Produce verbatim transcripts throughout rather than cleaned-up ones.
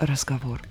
разговор.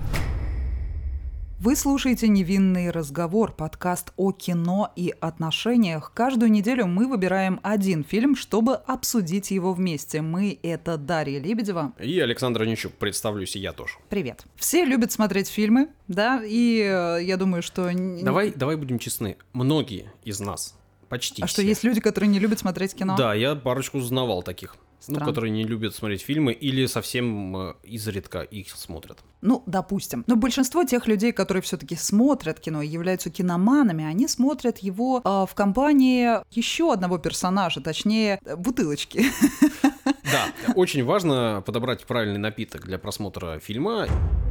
Вы слушаете «Невинный разговор», подкаст о кино и отношениях. Каждую неделю мы выбираем один фильм, чтобы обсудить его вместе. Мы — это Дарья Лебедева. И Александр Онищук. Представлюсь, и я тоже. Привет. Все любят смотреть фильмы, да, и э, я думаю, что... Давай, давай будем честны. Многие из нас, почти А все. что, есть люди, которые не любят смотреть кино? Да, я парочку узнавал таких. Странно. Ну, которые не любят смотреть фильмы или совсем э, изредка их смотрят. Ну, допустим. Но большинство тех людей, которые все-таки смотрят кино и являются киноманами, они смотрят его э, в компании еще одного персонажа, точнее, бутылочки. Да, очень важно подобрать правильный напиток для просмотра фильма.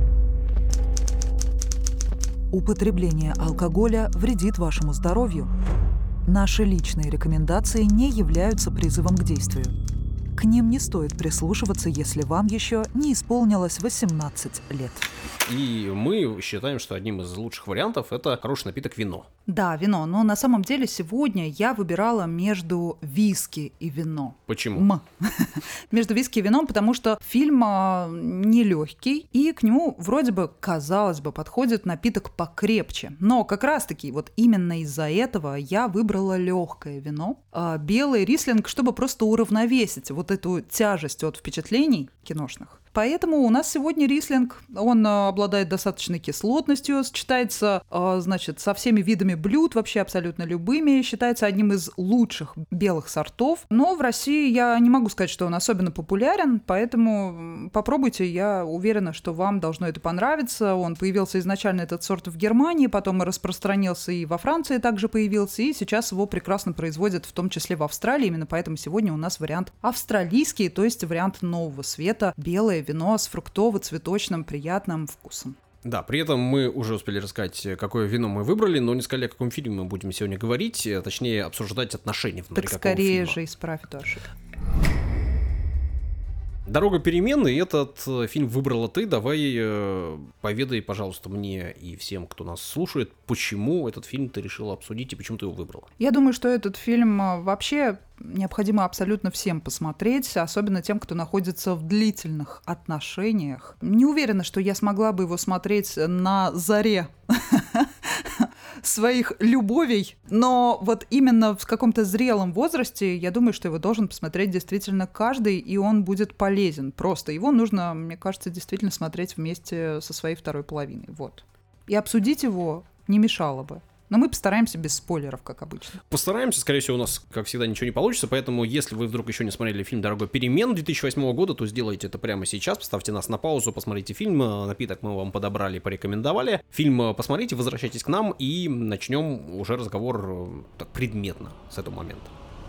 Употребление алкоголя вредит вашему здоровью. Наши личные рекомендации не являются призывом к действию. К ним не стоит прислушиваться, если вам еще не исполнилось восемнадцать лет. И мы считаем, что одним из лучших вариантов это хороший напиток вино. Да, вино. Но на самом деле сегодня я выбирала между виски и вино. Почему? М. Между виски и вином, потому что фильм нелегкий, и к нему вроде бы, казалось бы, подходит напиток покрепче. Но как раз-таки вот именно из-за этого я выбрала легкое вино, белый рислинг, чтобы просто уравновесить вот эту тяжесть от впечатлений киношных. Поэтому у нас сегодня рислинг, он а, обладает достаточной кислотностью, сочетается, а, значит, со всеми видами блюд, вообще абсолютно любыми, считается одним из лучших белых сортов. Но в России я не могу сказать, что он особенно популярен, поэтому попробуйте, я уверена, что вам должно это понравиться. Он появился изначально, этот сорт, в Германии, потом и распространился и во Франции также появился, и сейчас его прекрасно производят, в том числе в Австралии, именно поэтому сегодня у нас вариант австралийский, то есть вариант нового света, белое вино с фруктово-цветочным приятным вкусом. Да, при этом мы уже успели рассказать, какое вино мы выбрали, но не сказали, о каком фильме мы будем сегодня говорить, точнее, обсуждать отношения внутри так какого фильма. Так скорее же исправь эту ошибку. «Дорога перемены», этот фильм выбрала ты. Давай э, поведай, пожалуйста, мне и всем, кто нас слушает, почему этот фильм ты решила обсудить и почему ты его выбрала. Я думаю, что этот фильм вообще необходимо абсолютно всем посмотреть, особенно тем, кто находится в длительных отношениях. Не уверена, что я смогла бы его смотреть на заре своих любовей, но вот именно в каком-то зрелом возрасте, я думаю, что его должен посмотреть действительно каждый, и он будет полезен. Просто его нужно, мне кажется, действительно смотреть вместе со своей второй половиной. Вот. И обсудить его не мешало бы. Но мы постараемся без спойлеров, как обычно. Постараемся, скорее всего, у нас, как всегда, ничего не получится, поэтому, если вы вдруг еще не смотрели фильм «Дорога перемен» две тысячи восьмого года, то сделайте это прямо сейчас, поставьте нас на паузу, посмотрите фильм, напиток мы вам подобрали, порекомендовали. Фильм посмотрите, возвращайтесь к нам и начнем уже разговор так предметно с этого момента.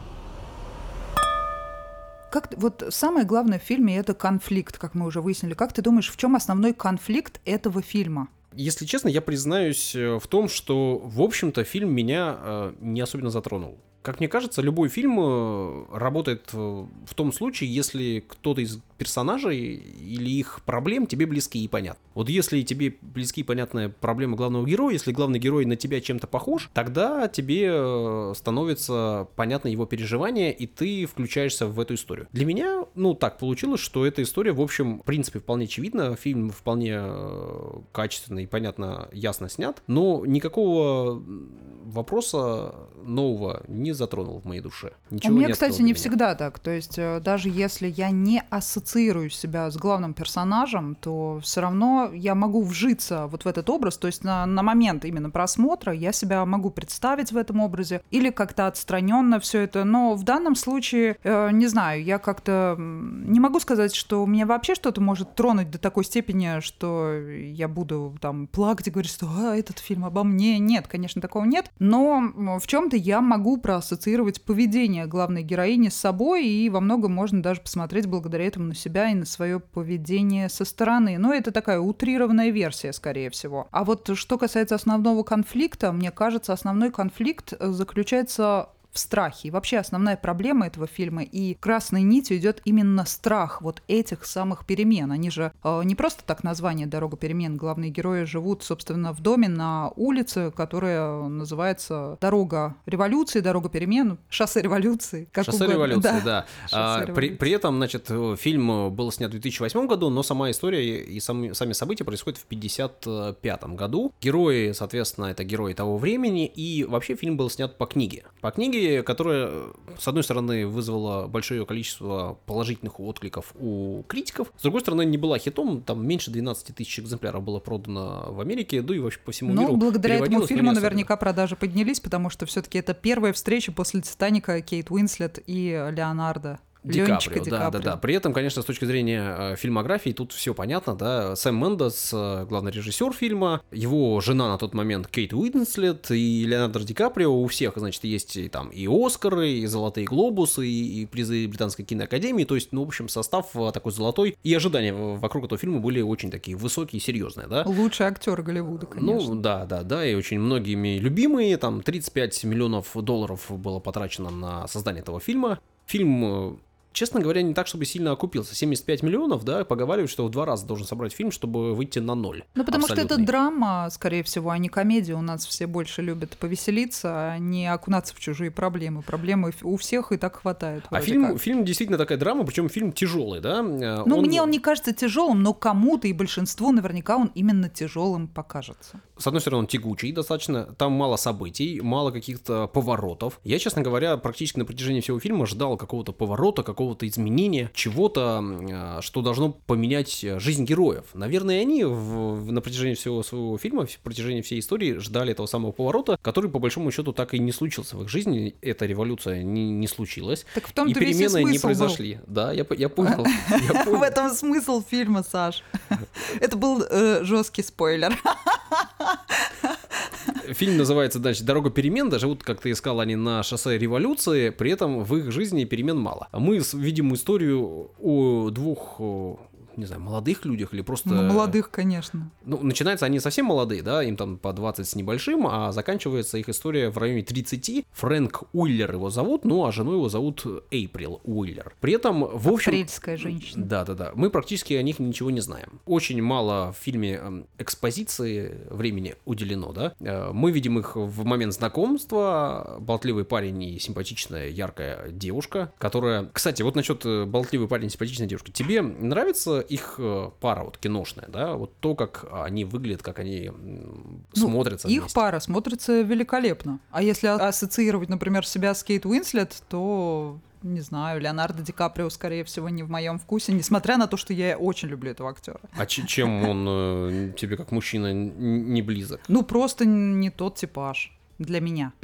Как, вот самое главное в фильме — это конфликт, как мы уже выяснили. Как ты думаешь, в чем основной конфликт этого фильма? Если честно, я признаюсь в том, что, в общем-то, фильм меня э, не особенно затронул. Как мне кажется, любой фильм работает в том случае, если кто-то из персонажей или их проблем тебе близки и понятны. Вот если тебе близки и понятны проблемы главного героя, если главный герой на тебя чем-то похож, тогда тебе становится понятно его переживания, и ты включаешься в эту историю. Для меня, ну, так получилось, что эта история, в общем, в принципе, вполне очевидна, фильм вполне качественно и понятно, ясно снят, но никакого вопроса нового не затронул в моей душе. Ничего У меня, не кстати, открыл не для всегда меня. так. То есть даже если я не ассоциирую себя с главным персонажем, то все равно я могу вжиться вот в этот образ. То есть на, на момент именно просмотра я себя могу представить в этом образе или как-то отстраненно все это. Но в данном случае, э, не знаю, я как-то не могу сказать, что меня вообще что-то может тронуть до такой степени, что я буду там плакать и говорить, что а, этот фильм обо мне. Нет, конечно, такого нет. Но в чем-то я могу проассоциировать поведение главной героини с собой, и во многом можно даже посмотреть благодаря этому на себя и на свое поведение со стороны. Но это такая утрированная версия, скорее всего. А вот что касается основного конфликта, мне кажется, основной конфликт заключается в страхе. И вообще основная проблема этого фильма и красной нитью идет именно страх вот этих самых перемен. Они же э, не просто так название «Дорога перемен». Главные герои живут, собственно, в доме на улице, которая называется «Дорога революции», «Дорога перемен», «Шоссе революции». Как «Шоссе угодно. революции», да. да. А, революции. При, при этом, значит, фильм был снят в две тысячи восьмом году, но сама история и сами, сами события происходят в пятьдесят пятом году. Герои, соответственно, это герои того времени, и вообще фильм был снят по книге. По книге, которая, с одной стороны, вызвала большое количество положительных откликов у критиков, с другой стороны, не была хитом, там меньше двенадцать тысяч экземпляров было продано в Америке, да и вообще по всему Но миру. благодаря этому фильму особенно. наверняка продажи поднялись, потому что все-таки это первая встреча после «Титаника» Кейт Уинслет и Леонардо. Ди Ленчика Каприо, Ди да, Каприо. да, да. При этом, конечно, с точки зрения э, фильмографии тут все понятно, да. Сэм Мендес, э, главный режиссер фильма, его жена на тот момент Кейт Уинслет и Леонардо Ди Каприо, у всех, значит, есть и, там и Оскары, и Золотые глобусы, и, и призы Британской киноакадемии, то есть, ну, в общем, состав э, такой золотой, и ожидания вокруг этого фильма были очень такие высокие, серьезные, да. Лучший актер Голливуда, конечно. Ну, да, да, да, и очень многими любимые, там, тридцать пять миллионов долларов было потрачено на создание этого фильма. Фильм... Честно говоря, не так, чтобы сильно окупился. семьдесят пять миллионов, да, поговаривают, что в два раза должен собрать фильм, чтобы выйти на ноль. Ну, потому абсолютный. что это драма, скорее всего, а не комедия. У нас все больше любят повеселиться, а не окунаться в чужие проблемы. Проблемы у всех и так хватает. А фильм, фильм действительно такая драма, причем фильм тяжелый, да? Ну, он... мне он не кажется тяжелым, но кому-то и большинству наверняка он именно тяжелым покажется. С одной стороны, он тягучий достаточно, там мало событий, мало каких-то поворотов. Я, честно говоря, практически на протяжении всего фильма ждал какого-то поворота, какого какого-то изменения, чего-то, что должно поменять жизнь героев. Наверное, они в, на протяжении всего своего фильма, в протяжении всей истории ждали этого самого поворота, который, по большому счету, так и не случился в их жизни. Эта революция не, не случилась. Так в том-то и перемены весь и не произошли. был. Да, я, я понял. В этом смысл фильма, Саш. Это был жесткий спойлер. Фильм называется, значит, «Дорога перемен». Даже вот, как ты искал, они на шоссе революции, при этом в их жизни перемен мало. Мы видим историю о двух... не знаю, молодых людях или просто... Ну, молодых, конечно. Ну, начинаются они совсем молодые, да, им там по двадцать с небольшим, а заканчивается их история в районе тридцати. Фрэнк Уиллер его зовут, ну, а жену его зовут Эйприл Уиллер. При этом, в общем... Апрельская женщина. Да-да-да. Мы практически о них ничего не знаем. Очень мало в фильме экспозиции времени уделено, да. Мы видим их в момент знакомства. Болтливый парень и симпатичная, яркая девушка, которая... Кстати, вот насчет болтливый парень и симпатичная девушка. Тебе нравится их пара вот киношная, да, вот то, как они выглядят, как они ну, смотрятся их вместе. Пара смотрится великолепно. А если ассоциировать, например, себя с Кейт Уинслет, то, не знаю, Леонардо Ди Каприо, скорее всего, не в моем вкусе, несмотря на то, что я очень люблю этого актера. А ч- чем он э, тебе как мужчина не близок? Ну, просто не тот типаж для меня.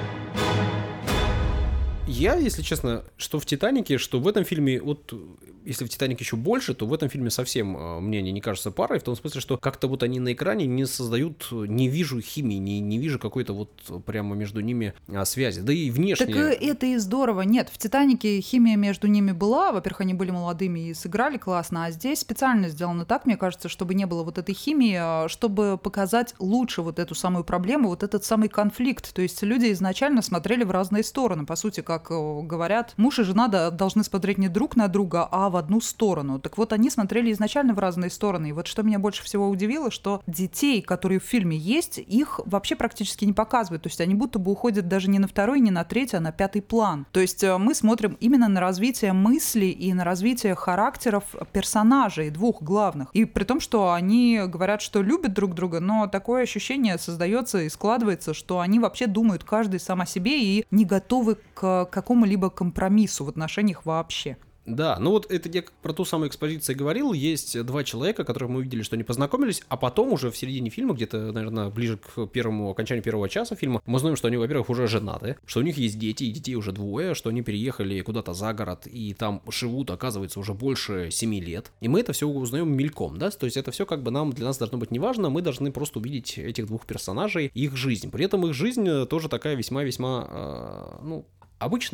Я, если честно, что в «Титанике», что в этом фильме, вот если в «Титанике» еще больше, то в этом фильме совсем мне не кажется парой, в том смысле, что как-то вот они на экране не создают, не вижу химии, не, не вижу какой-то вот прямо между ними связи, да и внешне. Так это и здорово. Нет, в «Титанике» химия между ними была, во-первых, они были молодыми и сыграли классно, а здесь специально сделано так, мне кажется, чтобы не было вот этой химии, чтобы показать лучше вот эту самую проблему, вот этот самый конфликт. То есть люди изначально смотрели в разные стороны, по сути, как говорят, муж и жена должны смотреть не друг на друга, а в одну сторону. Так вот, они смотрели изначально в разные стороны. И вот что меня больше всего удивило, что детей, которые в фильме есть, их вообще практически не показывают. То есть они будто бы уходят даже не на второй, не на третий, а на пятый план. То есть мы смотрим именно на развитие мыслей и на развитие характеров персонажей, двух главных. И при том, что они говорят, что любят друг друга, но такое ощущение создается и складывается, что они вообще думают каждый сам о себе и не готовы к какому-либо компромиссу в отношениях вообще. Да, ну вот это я про ту самую экспозицию говорил, есть два человека, которых мы увидели, что они познакомились, а потом уже в середине фильма, где-то, наверное, ближе к первому окончанию первого часа фильма, мы знаем, что они, во-первых, уже женаты, что у них есть дети, и детей уже двое, что они переехали куда-то за город, и там живут, оказывается, уже больше семи лет. И мы это все узнаем мельком, да, то есть это все как бы нам, для нас должно быть неважно, мы должны просто увидеть этих двух персонажей, их жизнь. При этом их жизнь тоже такая весьма-весьма, э, ну, обычная.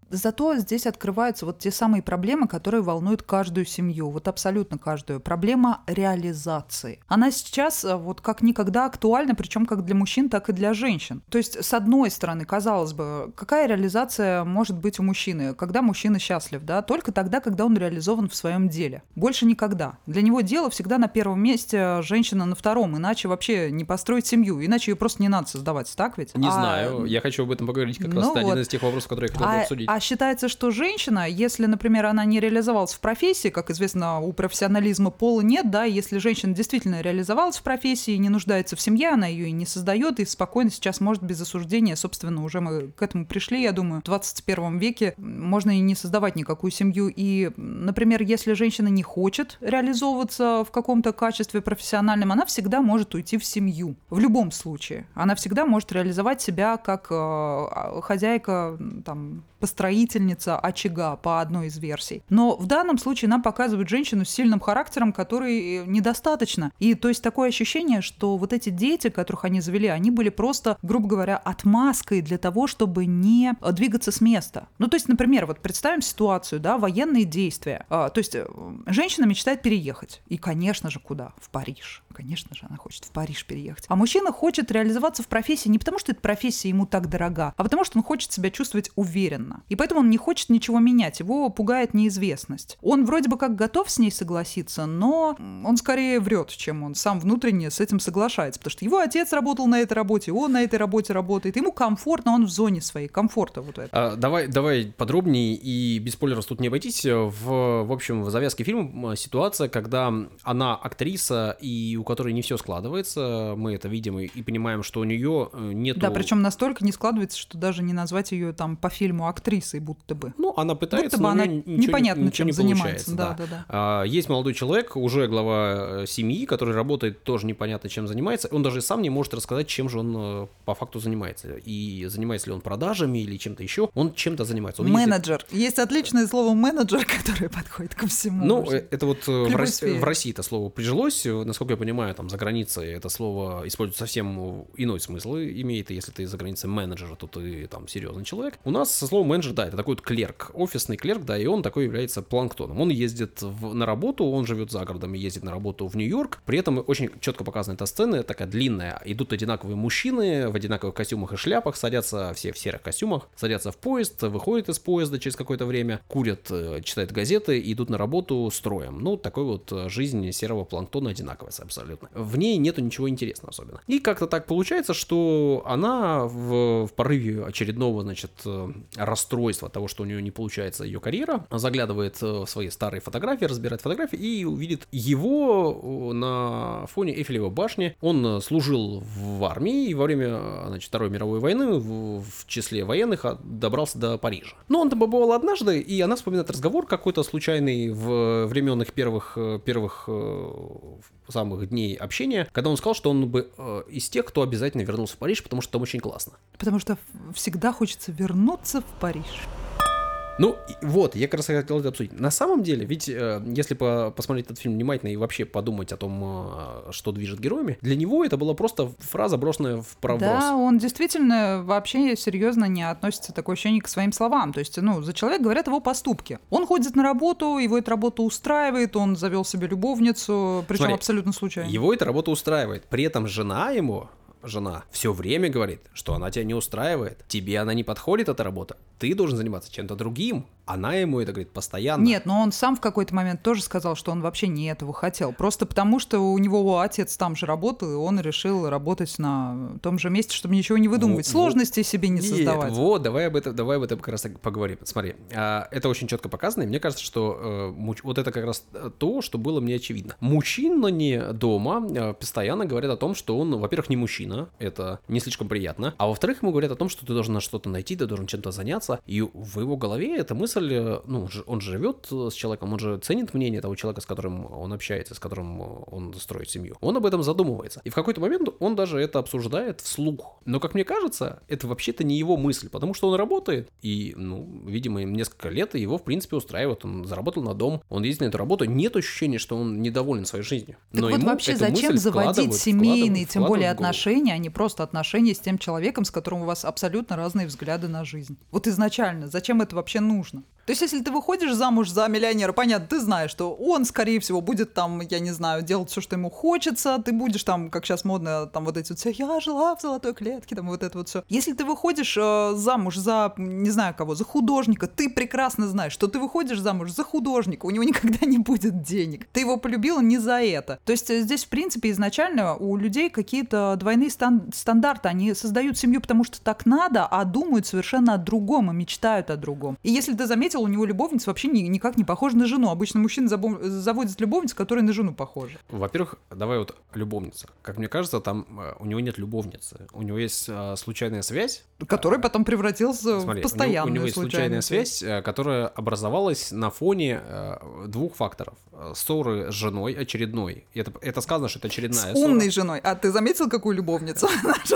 Зато здесь открываются вот те самые проблемы, которые волнуют каждую семью, вот абсолютно каждую. Проблема реализации. Она сейчас вот как никогда актуальна, причем как для мужчин, так и для женщин. То есть, с одной стороны, казалось бы, какая реализация может быть у мужчины? Когда мужчина счастлив, да? Только тогда, когда он реализован в своем деле. Больше никогда. Для него дело всегда на первом месте, женщина на втором, иначе вообще не построить семью, иначе ее просто не надо создавать, так ведь? Не а... знаю, я хочу об этом поговорить как ну раз. Это вот. один из тех вопросов, которые я хотел бы а, обсудить. А считается, что женщина, если, например, она не реализовалась в профессии, как известно, у профессионализма пола нет, да, если женщина действительно реализовалась в профессии, не нуждается в семье, она ее и не создает, и спокойно сейчас может без осуждения, собственно, уже мы к этому пришли, я думаю, в двадцать первом веке можно и не создавать никакую семью. И, например, если женщина не хочет реализовываться в каком-то качестве профессиональном, она всегда может уйти в семью. В любом случае. Она всегда может реализовать себя как э, хозяйка, там, построительница очага по одной из версий. Но в данном случае нам показывают женщину с сильным характером, который недостаточно. И то есть такое ощущение, что вот эти дети, которых они завели, они были просто, грубо говоря, отмазкой для того, чтобы не двигаться с места. Ну, то есть, например, вот представим ситуацию, да, военные действия. А, то есть женщина мечтает переехать. И, конечно же, куда? В Париж. Конечно же, она хочет в Париж переехать. А мужчина хочет реализоваться в профессии не потому, что эта профессия ему так дорога, а потому, что он хочет себя чувствовать уверенно. И поэтому он не хочет ничего менять, его пугает неизвестность. Он вроде бы как готов с ней согласиться, но он скорее врет, чем он сам внутренне с этим соглашается, потому что его отец работал на этой работе, он на этой работе работает, ему комфортно, он в зоне своей комфорта вот это. А, давай, давай подробнее и без спойлеров тут не обойтись. В, в общем, в завязке фильма ситуация, когда она актриса, и у которой не все складывается, мы это видим и, и понимаем, что у нее нету... Да, причем настолько не складывается, что даже не назвать ее там по фильму актрисой будто бы. Ну, она пытается, будто бы но она ничего, непонятно, ничего чем не занимается. получается. Да, да. Да, да. А, есть молодой человек, уже глава семьи, который работает, тоже непонятно, чем занимается. Он даже сам не может рассказать, чем же он по факту занимается. И занимается ли он продажами или чем-то еще. Он чем-то занимается. Он менеджер. Ездит... Есть отличное слово менеджер, которое подходит ко всему. Ну, уже. Это вот в, Рос... в России это слово прижилось. Насколько я понимаю, там за границей это слово использует совсем иной смысл. Имеет, если ты за границей менеджер, то ты там серьезный человек. У нас со словом менеджер, да, это такой вот клерк, офисный клерк, да, и он такой является планктоном. Он ездит в, на работу, он живет за городом и ездит на работу в Нью-Йорк. При этом очень четко показана эта сцена, такая длинная. Идут одинаковые мужчины в одинаковых костюмах и шляпах, садятся все в серых костюмах, садятся в поезд, выходят из поезда через какое-то время, курят, читают газеты и идут на работу строем. Ну, такой вот жизнь серого планктона одинаковая абсолютно. В ней нету ничего интересного особенно. И как-то так получается, что она в, в порыве очередного, значит, расстройства того, что у нее не получается ее карьера, заглядывает в свои старые фотографии, разбирает фотографии и увидит его на фоне Эйфелевой башни. Он служил в армии и во время, значит, Второй мировой войны в, в числе военных добрался до Парижа. Но он там побывал однажды, и она вспоминает разговор какой-то случайный в времен их первых, первых самых дней общения, когда он сказал, что он бы э, из тех, кто обязательно вернулся в Париж, потому что там очень классно. Потому что всегда хочется вернуться в Париж. Ну, вот, я как раз хотел это обсудить. На самом деле, ведь э, если по посмотреть этот фильм внимательно и вообще подумать о том, э, что движет героями, для него это была просто фраза, брошенная в проброс. Да, он действительно вообще серьезно не относится, такое ощущение, к своим словам. То есть, ну, за человека говорят его поступки. Он ходит на работу, его эта работа устраивает, он завел себе любовницу, причем Смотри, абсолютно случайно. Его эта работа устраивает. При этом жена ему... Жена все время говорит, что она тебя не устраивает, тебе она не подходит, эта работа, ты должен заниматься чем-то другим. Она ему это говорит постоянно. Нет, но он сам в какой-то момент тоже сказал, что он вообще не этого хотел. Просто потому, что у него отец там же работал, и он решил работать на том же месте, чтобы ничего не выдумывать, вот, сложностей вот, себе не нет, создавать. Вот, давай об этом, давай об этом как раз поговорим. Смотри, это очень четко показано, и мне кажется, что вот это как раз то, что было мне очевидно. Мужчины дома постоянно говорят о том, что он, во-первых, не мужчина, это не слишком приятно, а во-вторых, ему говорят о том, что ты должен на что-то найти, ты должен чем-то заняться, и в его голове эта мысль, ну, он живет с человеком, он же ценит мнение того человека, с которым он общается, с которым он строит семью. Он об этом задумывается. И в какой-то момент он даже это обсуждает вслух. Но, как мне кажется, это вообще-то не его мысль, потому что он работает, и, ну, видимо, им несколько лет, и его, в принципе, устраивает. Он заработал на дом, он ездит на эту работу. Нет ощущения, что он недоволен своей жизнью. Так Но вот ему вообще эту зачем мысль заводить вкладывают, семейные, вкладывают, тем более вкладывают в голову. отношения, а не просто отношения с тем человеком, с которым у вас абсолютно разные взгляды на жизнь? Вот из изначально? Зачем это вообще нужно? То есть, если ты выходишь замуж за миллионера, понятно, ты знаешь, что он, скорее всего, будет там, я не знаю, делать все, что ему хочется, ты будешь там, как сейчас модно, там вот эти вот все, я жила в золотой клетке, там вот это вот все. Если ты выходишь э, замуж за, не знаю кого, за художника, ты прекрасно знаешь, что ты выходишь замуж за художника, у него никогда не будет денег. Ты его полюбила не за это. То есть, здесь, в принципе, изначально у людей какие-то двойные стан- стандарты, они создают семью, потому что так надо, а думают совершенно о другом и мечтают о другом. И если ты заметил, у него любовница вообще ни, никак не похожа на жену. Обычно мужчины забо- заводят любовницу, которая на жену похожа. Во-первых, давай вот любовница. Как мне кажется, там э, у него нет любовницы. У него есть э, случайная связь. Которая потом превратилась Смотри, в постоянную у него, у него есть случайная связь. связь, э, которая образовалась на фоне э, двух факторов. Ссоры с женой очередной. И это, это сказано, что это очередная С ссора. умной женой. А ты заметил, какую любовницу?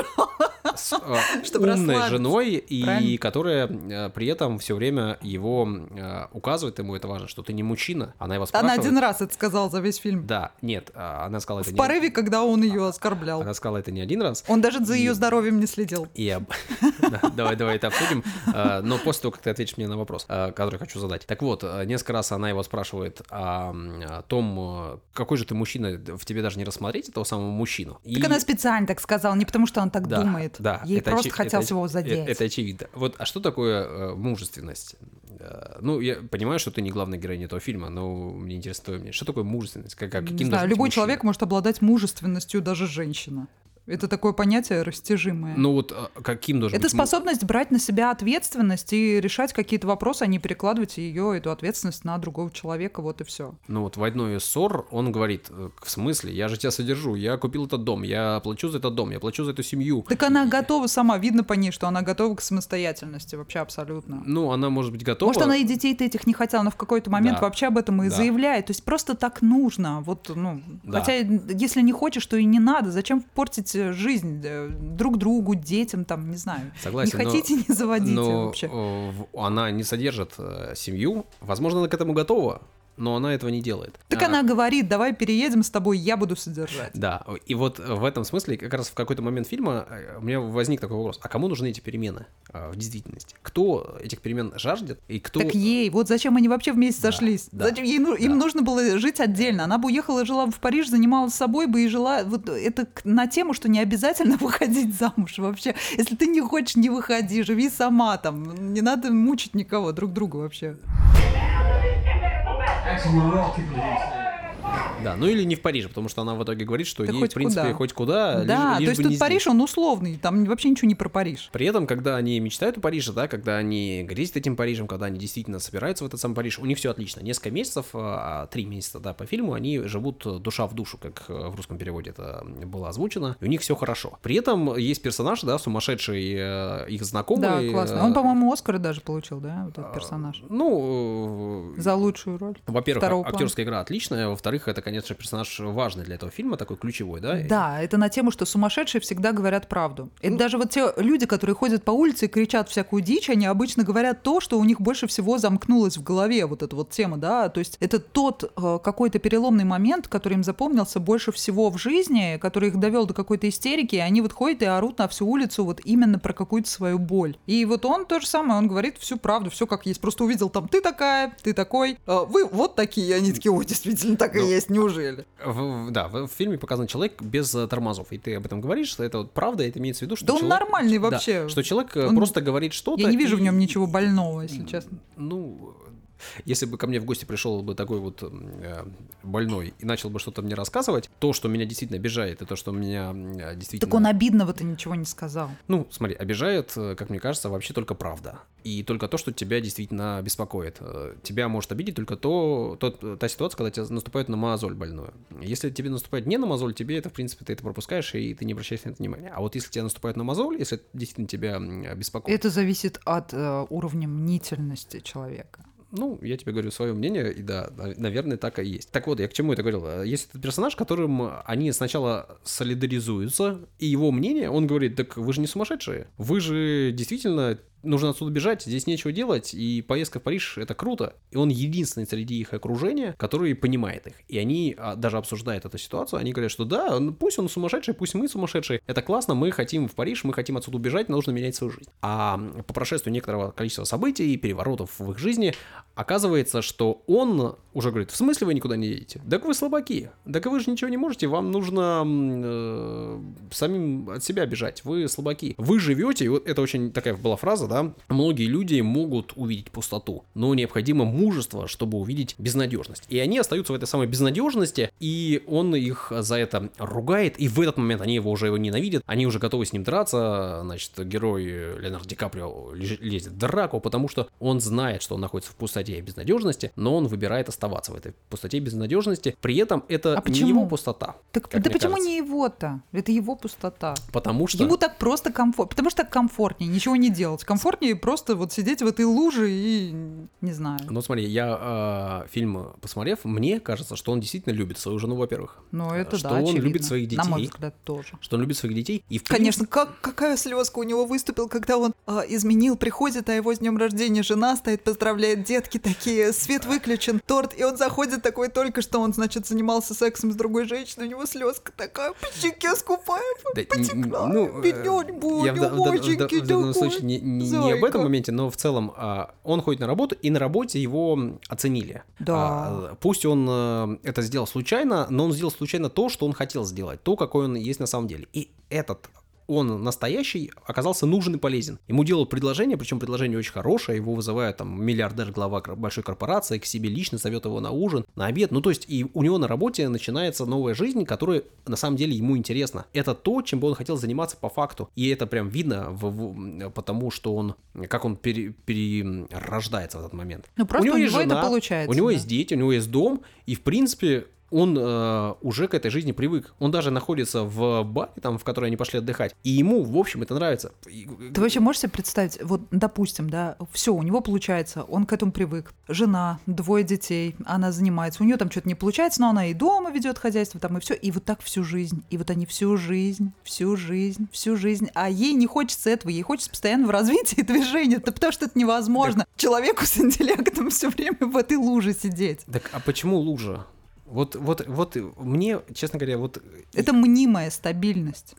С э, Чтобы умной расслабиться. женой, и Правильно. которая э, при этом все время его э, указывает, ему это важно, что ты не мужчина. Она его Она спрашивает. один раз это сказала за весь фильм. Да, нет, а, она сказала это В не порыве, когда он ее оскорблял. Она сказала это не один раз. Он даже за И- ее здоровьем не следил. И я... Да, давай, давай это обсудим. А, Но после того, как ты ответишь мне на вопрос, а, который хочу задать. Так вот, а, несколько раз она его спрашивает о, о том, а, какой же ты мужчина, в тебе даже не рассмотреть этого самого мужчину. И- Так она специально так сказала, не потому что он так Да, думает. да, Ей это просто очи- хотелось это- его э- задеть. Это очевидно. Вот, а что такое э, мужественность? Э, Ну, я понимаю, что ты не главная героиня этого фильма, но мне интересно твое мнение. Что такое мужественность? Как, как- Не каким знаю, должен быть любой мужчина? человек может обладать мужественностью, даже женщина. Это такое понятие растяжимое. Ну вот а, каким должен Это быть... му- способность брать на себя ответственность и решать какие-то вопросы, а не перекладывать ее, эту ответственность на другого человека, вот и все. Ну вот в одной из ссор он говорит, э, в смысле, я же тебя содержу, я купил этот дом, я плачу за этот дом, я плачу за эту семью. Так она готова сама, видно по ней, что она готова к самостоятельности вообще абсолютно. Ну, она может быть готова. Может, она и детей-то этих не хотела, но в какой-то момент Да. вообще об этом и Да. заявляет. То есть просто так нужно. Вот, ну, Да. хотя, если не хочешь, то и не надо. Зачем портить э, жизнь э, друг другу, детям, там, не знаю. Согласен, не но- хотите, не заводите Но вообще. э, в- она не содержит э, семью. Возможно, она к этому готова, но она этого не делает. Так А, она говорит, давай переедем с тобой, я буду содержать. Да, и вот в этом смысле как раз в какой-то момент фильма э, у меня возник такой вопрос: а кому нужны эти перемены э, в действительности? Кто этих перемен жаждет и кто? Так ей, вот зачем они вообще вместе Да, сошлись? да, Зачем ей, ну, им да. нужно было жить отдельно. Она бы уехала, жила бы в Париж, занималась собой бы и жила. Вот это к- на тему, что не обязательно выходить замуж вообще. Если ты не хочешь, не выходи, живи сама там. Не надо мучить никого, друг друга вообще. Да, ну или не в Париже, потому что она в итоге говорит, что Да ей, хоть в принципе, куда. хоть куда, Да, лишь, лишь то есть бы тут не Париж, здесь. он условный, там вообще ничего не про Париж. При этом, когда они мечтают о Париже, да, когда они грезят этим Парижем, когда они действительно собираются в этот сам Париж, у них все отлично. Несколько месяцев, а, три месяца, да, по фильму, они живут душа в душу, как э, в русском переводе это было озвучено, и у них все хорошо. При этом есть персонаж, да, сумасшедший, э, их Да, знакомый. классно. э, Он, по-моему, Оскара даже получил, да, вот этот персонаж. Ну, э, За лучшую роль. во-первых, второго плана. актерская игра отличная, во-вторых, это, конечно, персонаж важный для этого фильма, такой ключевой, да? Да, это на тему, что сумасшедшие всегда говорят правду. Это даже вот те люди, которые ходят по улице и кричат всякую дичь, они обычно говорят то, что у них больше всего замкнулось в голове, вот эта вот тема, да, то есть это тот э, какой-то переломный момент, который им запомнился больше всего в жизни, который их довел до какой-то истерики, и они вот ходят и орут на всю улицу вот именно про какую-то свою боль. И вот он то же самое, он говорит всю правду, все как есть, просто увидел там ты такая, ты такой, а вы вот такие, и они такие, о, действительно так и Ну, есть, неужели? В- в- да, в, в фильме показан человек без э, тормозов, и ты об этом говоришь, что это вот правда, это имеется в виду, что Да он человек... нормальный Да, вообще. что человек э, Он- просто говорит что-то. Я не вижу и- в нем ничего больного, если честно. Ну, если бы ко мне в гости пришел бы такой вот э, больной и начал бы что-то мне рассказывать, то, что меня действительно обижает, и то, что меня э, действительно... Так он обидного-то ничего не сказал. Ну, смотри, обижает, э, как мне кажется, вообще только правда. И только то, что тебя действительно беспокоит. Э, Тебя может обидеть только то, тот, та ситуация, когда тебе наступает на мозоль больную. Если тебе наступает не на мозоль, тебе это, в принципе, ты это пропускаешь, и ты не обращаешь на это внимания. А вот если тебе наступает на мозоль, если это действительно тебя м, беспокоит... Это зависит от э, уровня мнительности человека. Ну, я тебе говорю свое мнение, и да, на- наверное, так и есть. Так вот, я к чему это говорил? Есть этот персонаж, которым они сначала солидаризуются, и его мнение, он говорит, так вы же не сумасшедшие, вы же действительно нужно отсюда бежать, здесь нечего делать, и поездка в Париж — это круто. И он единственный среди их окружения, который понимает их. И они даже обсуждают эту ситуацию, они говорят, что да, пусть он сумасшедший, пусть мы сумасшедшие, это классно, мы хотим в Париж, мы хотим отсюда убежать, нужно менять свою жизнь. А по прошествию некоторого количества событий и переворотов в их жизни, оказывается, что он уже говорит: в смысле вы никуда не едете? Так вы слабаки, так вы же ничего не можете, вам нужно э, самим от себя бежать, вы слабаки. Вы живете, и вот это очень такая была фраза, да, многие люди могут увидеть пустоту, но необходимо мужество, чтобы увидеть безнадежность. И они остаются в этой самой безнадежности, и он их за это ругает, и в этот момент они его уже его ненавидят, они уже готовы с ним драться, значит, герой Леонардо Ди Каприо лезет в драку, потому что он знает, что он находится в пустоте и безнадежности, но он выбирает оставаться в этой пустоте и безнадежности, при этом это а не его пустота. Так, да почему кажется. Не его-то? Это его пустота. Потому что... Ему так просто комфортно, потому что так комфортнее, ничего не делать. Комфортнее просто вот сидеть в этой луже и не знаю. Ну смотри, я э, фильм посмотрев, мне кажется, что он действительно любит свою жену, во-первых. Ну это что да, он очевидно. любит своих детей. На мой взгляд, тоже. Что он любит своих детей. И в Конечно, как, какая слезка у него выступила, когда он э, изменил, приходит, а его с днем рождения жена стоит, поздравляет, детки такие, свет выключен, торт, и он заходит такой, только что он, значит, занимался сексом с другой женщиной, у него слезка такая по щеке скупая, да, потекла, ну, беднёнь, я в, в, в, в, в данном случае не, не, не об этом моменте, но в целом а, он ходит на работу, и на работе его оценили. Да. А, пусть он а, это сделал случайно, но он сделал случайно то, что он хотел сделать, то, какой он есть на самом деле. И этот... он настоящий, оказался нужен и полезен. Ему делают предложение, причем предложение очень хорошее, его вызывает там миллиардер, глава большой корпорации, к себе лично зовет его на ужин, на обед. Ну, то есть и у него на работе начинается новая жизнь, которая на самом деле ему интересна. Это то, чем бы он хотел заниматься по факту. И это прям видно, в, в, потому что он, как он пере, перерождается в этот момент. Ну, просто у него, у него жена, это получается. У него да. есть дети, у него есть дом, и в принципе... он э, уже к этой жизни привык. Он даже находится в баре, там, в который они пошли отдыхать. И ему, в общем, это нравится. Ты вообще можешь себе представить, вот, допустим, да, все, у него получается, он к этому привык. Жена, двое детей, она занимается. У нее там что-то не получается, но она и дома ведет хозяйство, там, и все. И вот так всю жизнь. И вот они всю жизнь, всю жизнь, всю жизнь. А ей не хочется этого, ей хочется постоянно в развитии и движении. Это потому что это невозможно. Так... Человеку с интеллектом все время в этой луже сидеть. Так, а почему лужа? Вот, вот, вот мне, честно говоря, вот... Это мнимая стабильность.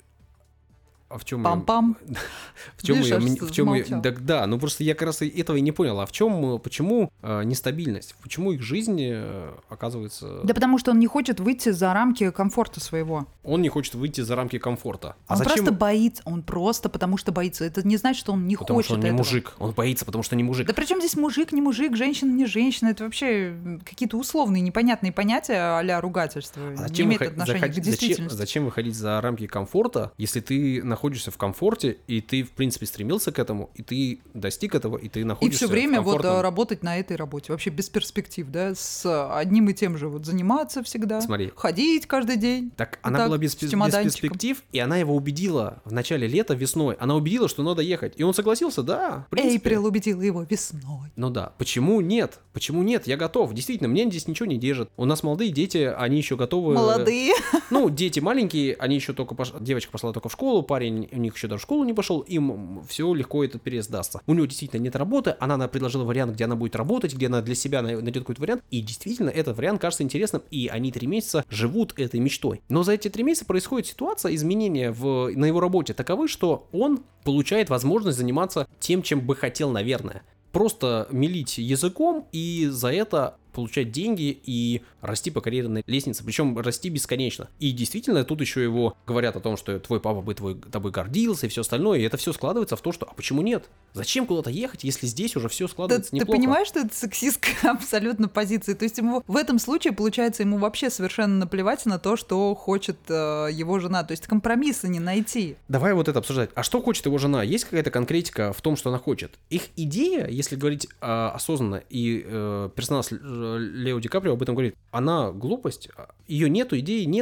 А в чем Пам-пам. Ее... в чем ее... В чем ее... Так да, ну просто я как раз этого и не понял. А в чем, почему э, нестабильность? Почему их жизнь э, оказывается... Да потому что он не хочет выйти за рамки комфорта своего. Он не хочет выйти за рамки комфорта. А он зачем... просто боится. Он просто потому что боится. Это не значит, что он не потому хочет что он не этого. мужик. Он боится, потому что не мужик. Да причем здесь мужик, не мужик, женщина, не женщина. Это вообще какие-то условные, непонятные понятия а-ля ругательства. А не имеет отношения заход... к действительности. Зачем, зачем выходить за рамки комфорта, если ты находишься в комфорте, и ты, в принципе, стремился к этому, и ты достиг этого, и ты находишься и все время в комфортном... вот работать на этой работе, вообще без перспектив, да, с одним и тем же вот заниматься всегда, Смотри. ходить каждый день. Так она так, была без, без перспектив, и она его убедила в начале лета, весной. Она убедила, что надо ехать, и он согласился, да, в принципе. Эйприл убедила его весной. Ну да, почему нет? Почему нет? Я готов. Действительно, мне здесь ничего не держит. У нас молодые дети, они еще готовы... Молодые. Ну, дети маленькие, они еще только... Пош... Девочка пошла только в школу, парень у них еще даже в школу не пошел, им все легко этот переезд дастся. У него действительно нет работы, она предложила вариант, где она будет работать, где она для себя найдет какой-то вариант, и действительно этот вариант кажется интересным, и они три месяца живут этой мечтой. Но за эти три месяца происходит ситуация, изменения в... на его работе таковы, что он получает возможность заниматься тем, чем бы хотел, наверное. Просто мелить языком и за это получать деньги и расти по карьерной лестнице, причем расти бесконечно. И действительно, тут еще его говорят о том, что твой папа бы твой, тобой гордился и все остальное, и это все складывается в то, что а почему нет? Зачем куда-то ехать, если здесь уже все складывается да, неплохо? Ты понимаешь, что это сексистская абсолютно позиция? То есть ему в этом случае, получается, ему вообще совершенно наплевать на то, что хочет э, его жена. То есть компромисса не найти. Давай вот это обсуждать. А что хочет его жена? Есть какая-то конкретика в том, что она хочет? Их идея, если говорить э, осознанно, и э, персонаж Лео Ди Каприо об этом говорит, она глупость, ее нету, идеи нету.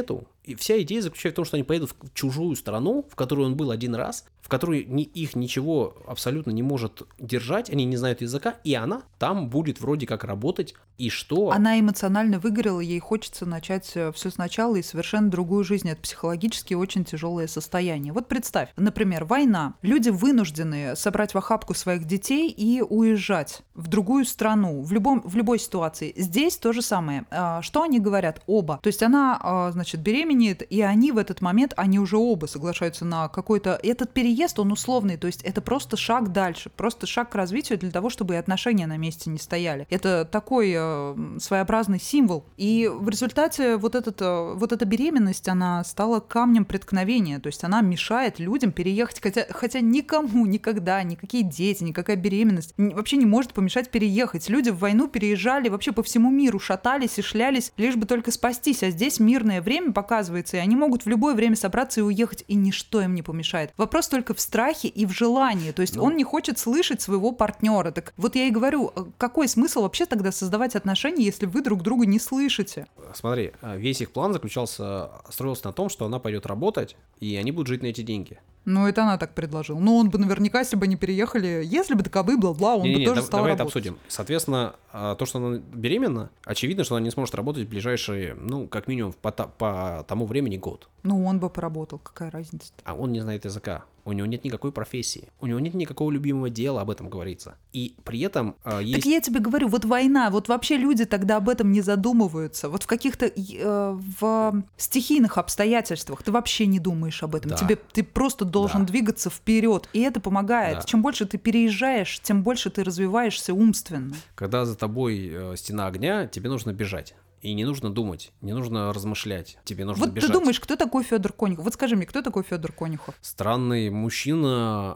И вся идея заключается в том, что они поедут в чужую страну, в которую он был один раз, в которой ни, их ничего абсолютно не может держать, они не знают языка, и она там будет вроде как работать, и что? Она эмоционально выгорела, ей хочется начать все сначала и совершенно другую жизнь. Это психологически очень тяжелое состояние. Вот представь, например, война. Люди вынуждены собрать в охапку своих детей и уезжать в другую страну, в, любом, в любой ситуации. Здесь то же самое. Что они говорят? Оба. То есть она, значит, беременеет, и они в этот момент, они уже оба соглашаются на какой-то... Этот переезд, он условный, то есть это просто шаг дальше, просто шаг к развитию для того, чтобы и отношения на месте не стояли. Это такой своеобразный символ. И в результате вот, этот, вот эта беременность, она стала камнем преткновения, то есть она мешает людям переехать, хотя, хотя никому никогда, никакие дети, никакая беременность вообще не может помешать переехать. Люди в войну переезжали вообще по всему миру, шатались и шлялись, лишь бы только спастись, а здесь мирное время показывается, и они могут в любое время собраться и уехать, и ничто им не помешает. Вопрос только в страхе и в желании, то есть ну... он не хочет слышать своего партнера. Так вот я и говорю, какой смысл вообще тогда создавать отношения, если вы друг друга не слышите? Смотри, весь их план заключался, строился на том, что она пойдет работать, и они будут жить на эти деньги. Ну, это она так предложила. Ну, он бы наверняка, если бы не переехали, если бы таковы, бла-бла, он не, бы не, тоже да, стал давай работать. это обсудим. Соответственно, то, что она беременна, очевидно, что она не сможет работать в ближайшие, ну, как минимум, по, по тому времени год. Ну, он бы поработал, какая разница? А он не знает языка. У него нет никакой профессии. У него нет никакого любимого дела, об этом говорится. И при этом э, есть... Так я тебе говорю, вот война, вот вообще люди тогда об этом не задумываются. Вот в каких-то э, в стихийных обстоятельствах ты вообще не думаешь об этом. Да. Тебе ты просто должен Да. двигаться вперед, и это помогает. Да. Чем больше ты переезжаешь, тем больше ты развиваешься умственно. Когда за тобой э, стена огня, тебе нужно бежать. И не нужно думать, не нужно размышлять, тебе нужно Вот бежать. ты думаешь, кто такой Федор Конюхов? Вот скажи мне, кто такой Федор Конюхов? Странный мужчина,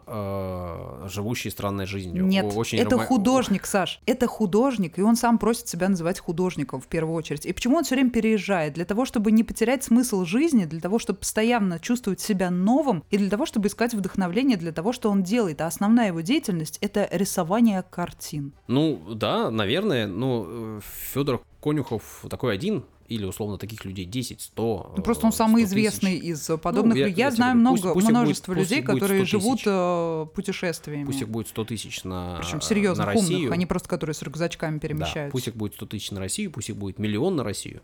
э, живущий странной жизнью. Нет, Очень это рома- художник, Саш. Это художник, и он сам просит себя называть художником в первую очередь. И почему он все время переезжает? Для того, чтобы не потерять смысл жизни, для того, чтобы постоянно чувствовать себя новым, и для того, чтобы искать вдохновление для того, что он делает. А основная его деятельность — это рисование картин. Ну, да, наверное, но Федор Конюхов такой один, или условно таких людей десять, сто. Ну, просто он самый сто тысяч. известный из подобных Ну, я- людей. Я, я тебе знаю говорю, много, пусть- пусть их множество будет- пусть людей, их будет которые сто живут тысяч. э, путешествиями. Пусть их будет сто тысяч на, Причем на серьезных, Россию. умных, они просто которые с рюкзачками Да, перемещаются. пусть их будет сто тысяч на Россию, пусть их будет миллион на Россию,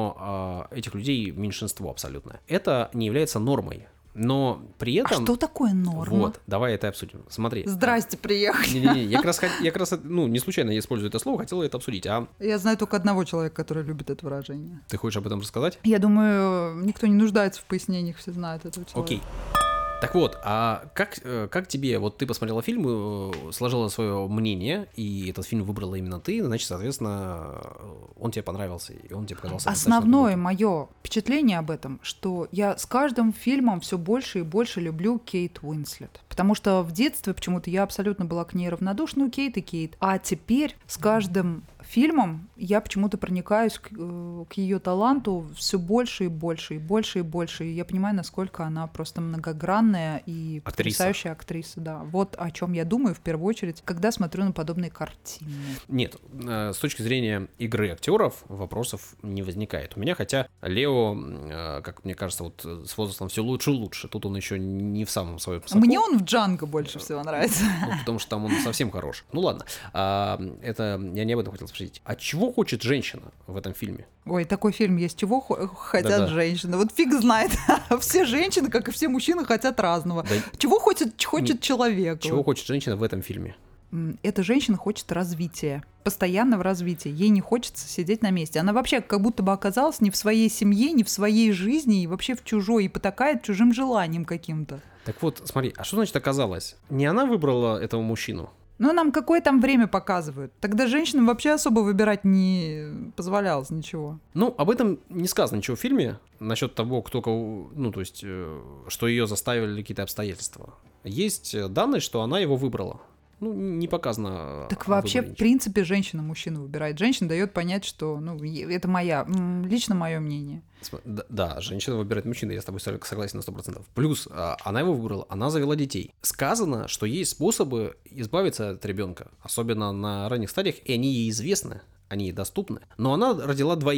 но э, этих людей меньшинство абсолютное. Это не является нормой. Но при этом... А что такое норма? Вот, давай это обсудим. Смотри. Здрасте, приехали. Не-не-не, я как раз, хот- я как раз, ну, не случайно я использую это слово, хотел это обсудить. А Я знаю только одного человека, который любит это выражение. ты хочешь об этом рассказать? Я думаю, никто не нуждается в пояснениях, все знают этого человека. Окей. Так вот, а как, э, как тебе, вот ты посмотрела фильм, э, сложила свое мнение, и этот фильм выбрала именно ты, значит, соответственно, он тебе понравился, и он тебе показался достаточно Основное глубоким. мое впечатление об этом, что я с каждым фильмом все больше и больше люблю Кейт Уинслет. Потому что в детстве почему-то я абсолютно была к ней равнодушна, ну, Кейт и Кейт. А теперь с каждым фильмом я почему-то проникаюсь к, э, к ее таланту все больше и больше, и больше и больше. И я понимаю, насколько она просто многогранная и Актриса. потрясающая актриса. Да. Вот о чем я думаю в первую очередь, когда смотрю на подобные картины. Нет, э, с точки зрения игры актеров вопросов не возникает. У меня, хотя Лео, э, как мне кажется, вот э, с возрастом все лучше и лучше. Тут он еще не в самом своем соку. Мне он в Джанго больше всего нравится. Ну, потому что там он совсем хорош. Ну ладно, а, это я не об этом хотел спросить. А чего хочет женщина в этом фильме? Ой, такой фильм есть. Чего хо- хотят Да-да. женщины? Вот фиг знает. Все женщины, как и все мужчины, хотят разного. Да. Чего хочет, хочет человек? Чего хочет женщина в этом фильме? М, Эта женщина хочет развития. Постоянного развития. Ей не хочется сидеть на месте. Она вообще как будто бы оказалась не в своей семье, не в своей жизни, и вообще в чужой, и потакает чужим желанием каким-то. Так вот, смотри, а что значит оказалось? Не она выбрала этого мужчину? Ну, нам какое там время показывают? Тогда женщинам вообще особо выбирать не позволялось ничего. Ну, об этом не сказано ничего в фильме, насчет того, кто кого, ну, то есть, э, что ее заставили какие-то обстоятельства. Есть э, данные, что она его выбрала. Ну, не показано. Так о вообще, выборе в принципе, женщина мужчину выбирает. Женщина дает понять, что, ну, е- это моя, м, лично мое мнение. ничего. См- Да, да, женщина выбирает мужчину, я с тобой со- согласен на сто процентов. Плюс, а, она его выбрала, она завела детей. Сказано, что есть способы избавиться от ребенка, особенно на ранних стадиях, и они ей известны, они ей доступны. Но она родила двоих.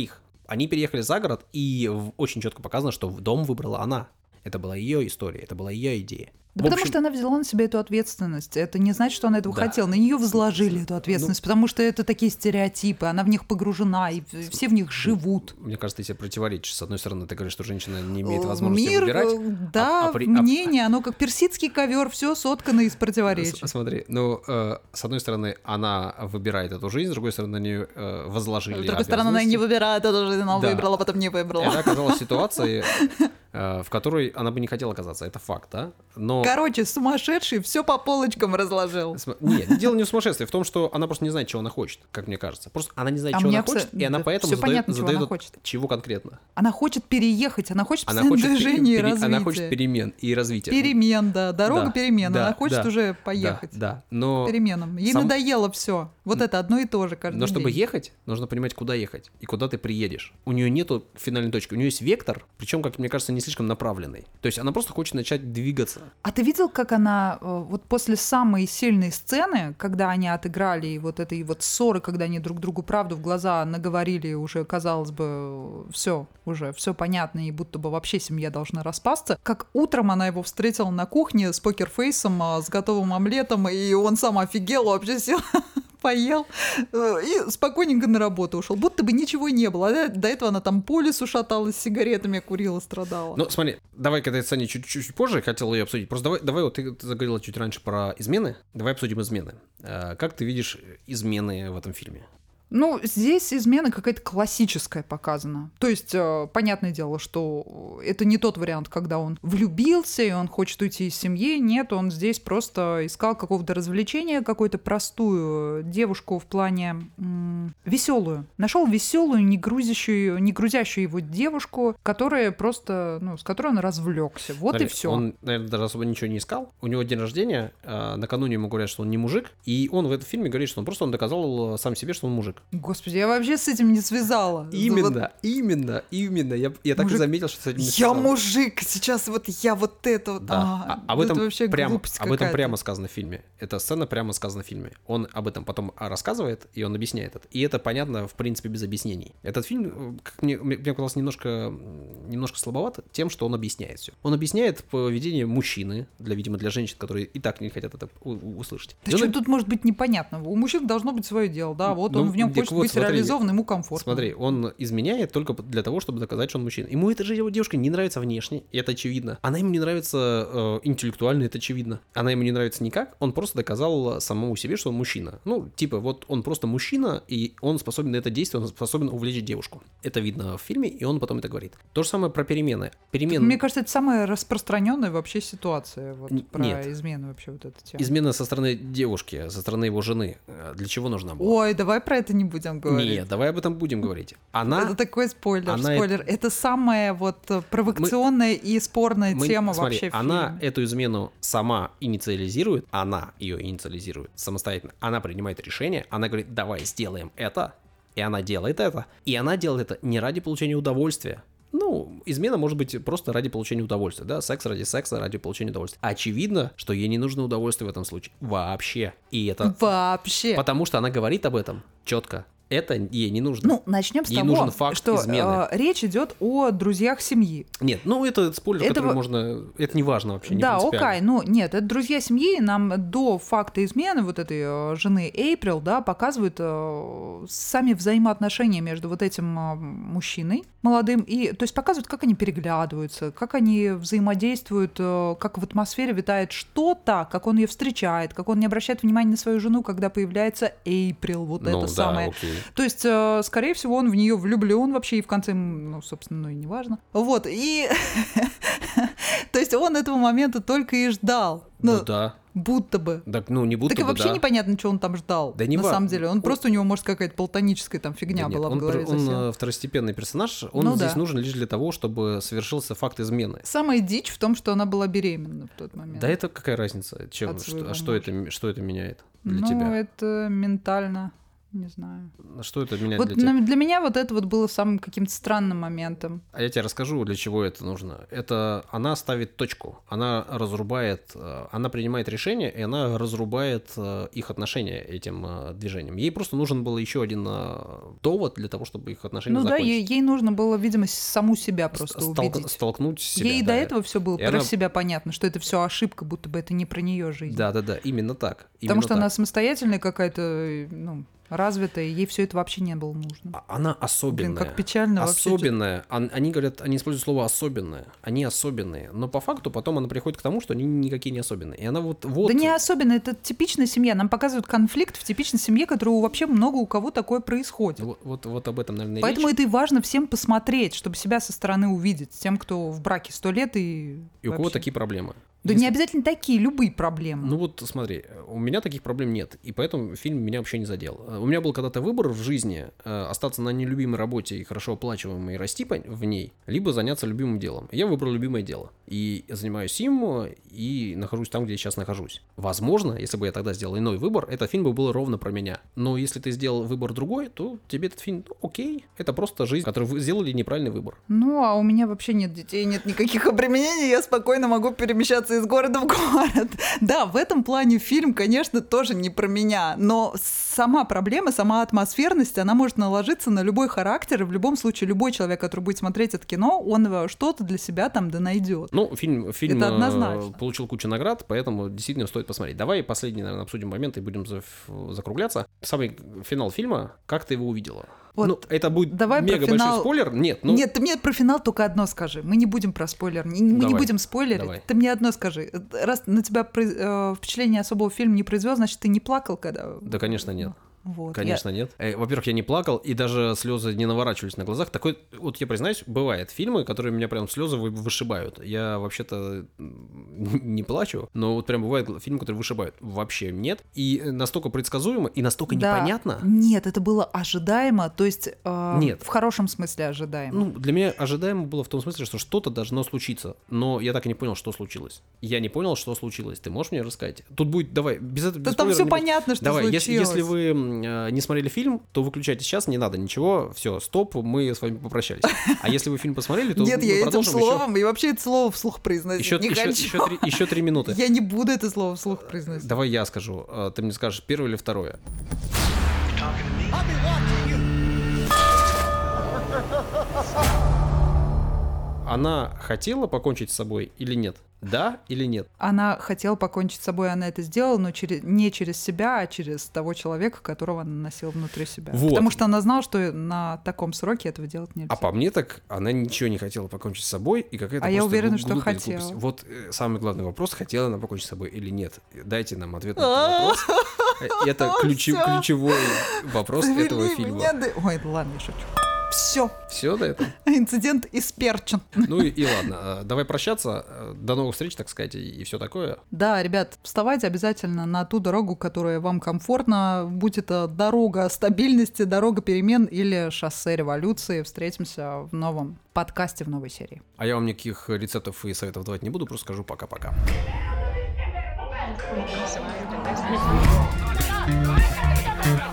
Они переехали за город, и очень четко показано, что дом выбрала она. Это была ее история, это была ее идея. Да В потому общем, что она взяла на себя эту ответственность. Это не значит, что она этого Да. хотела. На нее возложили эту ответственность, Ну, потому что это такие стереотипы, она в них погружена, и все в них живут. Мне кажется, ты себе противоречишь. С одной стороны, ты говоришь, что женщина не имеет возможности Мир, выбирать. э, да, а при- а- мнение, оно как персидский ковер, все соткано из С- противоречий. Смотри, ну, э, с одной стороны, она выбирает эту жизнь, с другой стороны, на нее э, возложили С другой стороны, она не выбирает эту жизнь, она Да. выбрала, потом не И выбрала. она оказалась в ситуации, э, в которой она бы не хотела оказаться. Это факт, да? Но... Короче, сумасшедший все по полочкам разложил. См- Нет, дело не в сумасшествии, в том, что она просто не знает, чего она хочет, как мне кажется. Просто она не знает, А чего мне она хочет, абсо- и она да, поэтому всё задает, понятно, чего задает она вот- хочет. чего конкретно. Она хочет переехать, она хочет Она постоянно хочет, пере- движения и пере- развития. она хочет перемен и развития. Перемен, да, дорога Да, перемен, да, она хочет да, уже Да, поехать. да, но... Переменам. Ей Сам- надоело все. Вот это одно и то же каждый Но чтобы день. ехать, нужно понимать, куда ехать и куда ты приедешь. У нее нету финальной точки, у нее есть вектор, причем, как мне кажется, не слишком направленный. То есть она просто хочет начать двигаться. А ты видел, как она э, вот после самой сильной сцены, когда они отыграли и вот этой вот ссоры, когда они друг другу правду в глаза наговорили, уже, казалось бы, все, уже все понятно, и будто бы вообще семья должна распасться, как утром она его встретила на кухне с покерфейсом, а, с готовым омлетом, и он сам офигел, вообще сел, поел э, и спокойненько на работу ушел, будто бы ничего не было. А до этого она там по лесу шаталась с сигаретами, курила, страдала. Ну, смотри, давай к этой сцене чуть-чуть позже, хотел ее обсудить. Просто давай, давай вот ты, ты заговорила чуть раньше про измены, давай обсудим измены. Э, Как ты видишь измены в этом фильме? Ну, здесь измена какая-то классическая показана. То есть, э, понятное дело, что это не тот вариант, когда он влюбился, и он хочет уйти из семьи. Нет, он здесь просто искал какого-то развлечения, какую-то простую девушку в плане м- веселую. Нашел веселую, не грузящую, не грузящую его девушку, которая просто, ну, с которой он развлекся. Вот Смотри, и все. Он, наверное, даже особо ничего не искал. У него день рождения, э, накануне ему говорят, что он не мужик, и он в этом фильме говорит, что он просто он доказал сам себе, что он мужик. Господи, я вообще с этим не связала. Именно, Вот именно, именно. Я, я так и Мужик- заметил, что с этим не Я связал. мужик, сейчас вот я вот это вот. Да. а, А- об это этом вообще прямо, глупость об этом какая-то. прямо сказано в фильме. Эта сцена прямо сказана в фильме. Он об этом потом а, рассказывает, и он объясняет это. И это понятно, в принципе, без объяснений. Этот фильм, как мне, мне мне казалось, немножко, немножко слабоват тем, что он объясняет все. Он объясняет поведение мужчины, для, видимо, для женщин, которые и так не хотят это у- у- услышать. Да И он что об- тут может быть непонятного? У мужчин должно быть свое дело, да, вот Ну, он в нем так хочет вот, быть смотри, реализован, ему комфортно. Смотри, он изменяет только для того, чтобы доказать, что он мужчина. Ему эта же его девушка не нравится внешне, и это очевидно. Она ему не нравится э, интеллектуально, это очевидно. Она ему не нравится никак, он просто доказал самому себе, что он мужчина. Ну, типа, вот он просто мужчина, и он способен на это действие, он способен увлечь девушку. Это видно в фильме, и он потом это говорит. То же самое про перемены. Перемены... Мне кажется, это самая распространенная вообще ситуация вот, Н- про нет. измену вообще вот эта тема. Измена со стороны девушки, со стороны его жены. Э, Для чего нужна была? Ой, давай про это не будем говорить. Нет, давай об этом будем говорить. Она... Это такой спойлер, она спойлер. Это самая вот э, провокационная и спорная Мы- тема смотри, вообще в она фильме. эту измену сама инициализирует, она ее инициализирует самостоятельно. Она принимает решение, она говорит, давай сделаем это, и она делает это. И она делает это не ради получения удовольствия. Ну, измена может быть просто ради получения удовольствия, да, секс ради секса, ради получения удовольствия. Очевидно, что ей не нужно удовольствие в этом случае вообще. И это Вообще. потому, что она говорит об этом четко. Это ей не нужно. Ну, начнем с Ей того, нужен факт что измены. э, речь идет о друзьях семьи. Нет, ну это спойлер, Этого- который можно... Это не важно вообще, не Да, принципиально. окей, ну нет, это друзья семьи, нам до факта измены вот этой э, жены Эйприл, да, показывают э, сами взаимоотношения между вот этим э, мужчиной молодым, и, то есть показывают, как они переглядываются, как они взаимодействуют, э, как в атмосфере витает что-то, как он ее встречает, как он не обращает внимания на свою жену, когда появляется Эйприл, вот Ну это да, самое. окей. То есть, э, скорее всего, он в нее влюблен вообще, и в конце, м, ну, собственно, ну и не важно. Вот, и... То есть он этого момента только и ждал. Ну, Ну, да. будто бы. Так, ну, не будто Так и бы, вообще да. непонятно, что он там ждал. Да не на ва- самом деле. Он он- просто у него, может, какая-то платоническая там фигня Да нет, была в он, голове пр- он, засела. э, второстепенный персонаж, он Ну здесь да. нужен лишь для того, чтобы совершился факт измены. Самая дичь в том, что она была беременна в тот момент. Да это какая разница? Чем, От что, своего а что это, что это меняет для ну, тебя? это ментально Не знаю. Что это меняет Вот для тебя? на- для меня вот это вот было самым каким-то странным моментом. А я тебе расскажу, для чего это нужно. Это она ставит точку, она разрубает, э, она принимает решение, и она разрубает э, их отношения этим э, движением. Ей просто нужен был еще один э, довод для того, чтобы их отношения Ну да, закончить. ей, ей нужно было, видимо, саму себя просто Столк- убедить. Столкнуть себя. Ей да. до этого все было И про она- себя понятно, что это все ошибка, будто бы это не про нее жизнь. Да-да-да, именно так. Потому именно что так. она самостоятельная какая-то, ну, развитая, ей все это вообще не было нужно. А- Она особенная. Блин, как печально вообще. Особенная. Ан- Они говорят, они используют слово особенная. Они особенные. Но по факту потом она приходит к тому, что они никакие не особенные. И она вот... вот... Да не особенно, это типичная семья. Нам показывают конфликт в типичной семье, который вообще много у кого такое происходит. Вот, вот, вот об этом, наверное, и Поэтому речь. это и важно всем посмотреть, чтобы себя со стороны увидеть, тем, кто в браке сто лет и И у кого вообще. такие проблемы. Да Если- не обязательно такие, любые проблемы. Ну вот смотри, у меня таких проблем нет, и поэтому фильм меня вообще не задел. У меня был когда-то выбор в жизни э, остаться на нелюбимой работе и хорошо оплачиваемой и расти по- в ней, либо заняться любимым делом. Я выбрал любимое дело. И занимаюсь им, и нахожусь там, где я сейчас нахожусь. Возможно, если бы я тогда сделал иной выбор, этот фильм бы был ровно про меня. Но если ты сделал выбор другой, то тебе этот фильм, ну, окей, это просто жизнь, в которой вы сделали неправильный выбор. Ну, а у меня вообще нет детей, нет никаких обременений, я спокойно могу перемещаться из города в город. Да, в этом плане фильм, конечно, тоже не про меня, но сама проблема, сама атмосферность, она может наложиться на любой характер, и в любом случае любой человек, который будет смотреть это кино, он э, что-то для себя там да найдет. Ну, фильм, фильм Это э, однозначно. получил кучу наград, поэтому действительно стоит посмотреть. Давай последний, наверное, обсудим момент и будем за- закругляться. Самый финал фильма, как ты его увидела? Вот Ну, это будет давай про мега большой финал. спойлер. Нет, ну... Нет, ты мне про финал только одно скажи. Мы не будем про спойлер, не- мы не Давай, будем спойлерить. давай. Ты мне одно скажи. Раз на тебя произ- э, впечатление особого фильма не произвел, значит, ты не плакал, когда... Да, конечно, нет. Вот, Конечно, нет. Э, Во-первых, я не плакал, и даже слезы не наворачивались на глазах. Такой, вот я признаюсь, бывает фильмы, которые меня прям слезы вы- вышибают. Я вообще-то м, не плачу, но вот прям бывает фильмы, которые вышибают. Вообще нет. И настолько предсказуемо, и настолько Да. непонятно. Нет, это было ожидаемо, то есть э, Нет. в хорошем смысле ожидаемо. Ну, для меня ожидаемо было в том смысле, что что-то должно случиться. Но я так и не понял, что случилось. Я не понял, что случилось. Ты можешь мне рассказать? Тут будет, давай, без этого. Да без там спойлеров все не будет. понятно, что Давай, случилось. если, если вы э, не смотрели фильм, то выключайте сейчас, не надо ничего, все, стоп, мы с вами попрощались. А если вы фильм посмотрели, то Нет, мы я этим продолжим словом, и вообще это слово вслух произносить еще, не еще, хочу. еще, три, еще три минуты. Я не буду это слово вслух произносить. Давай я скажу, э, ты мне скажешь, первое или второе. Она хотела покончить с собой или нет? Да или нет? Она хотела покончить с собой, она это сделала, но через, не через себя, а через того человека, которого она носила внутри себя. Вот. Потому что она знала, что на таком сроке этого делать нельзя. А по мне так, она ничего не хотела покончить с собой, и какая-то А я просто уверена, глуп- что глупость, хотела. глупость. Вот э, самый главный вопрос, хотела она покончить с собой или нет. Дайте нам ответ на этот вопрос. Э, Это ключев- Всё. ключевой вопрос Довели этого фильма. меня до- Ой, ладно, я шучу. Все, Все до этого? инцидент исперчен. Ну и, и ладно, э, давай прощаться. Э, До новых встреч, так сказать, и, все такое. Да, ребят, вставайте обязательно на ту дорогу, которая вам комфортна. Будь это дорога стабильности, дорога перемен или шоссе революции. Встретимся в новом подкасте, в новой серии. А я вам никаких рецептов и советов давать не буду, просто скажу пока-пока. Survived and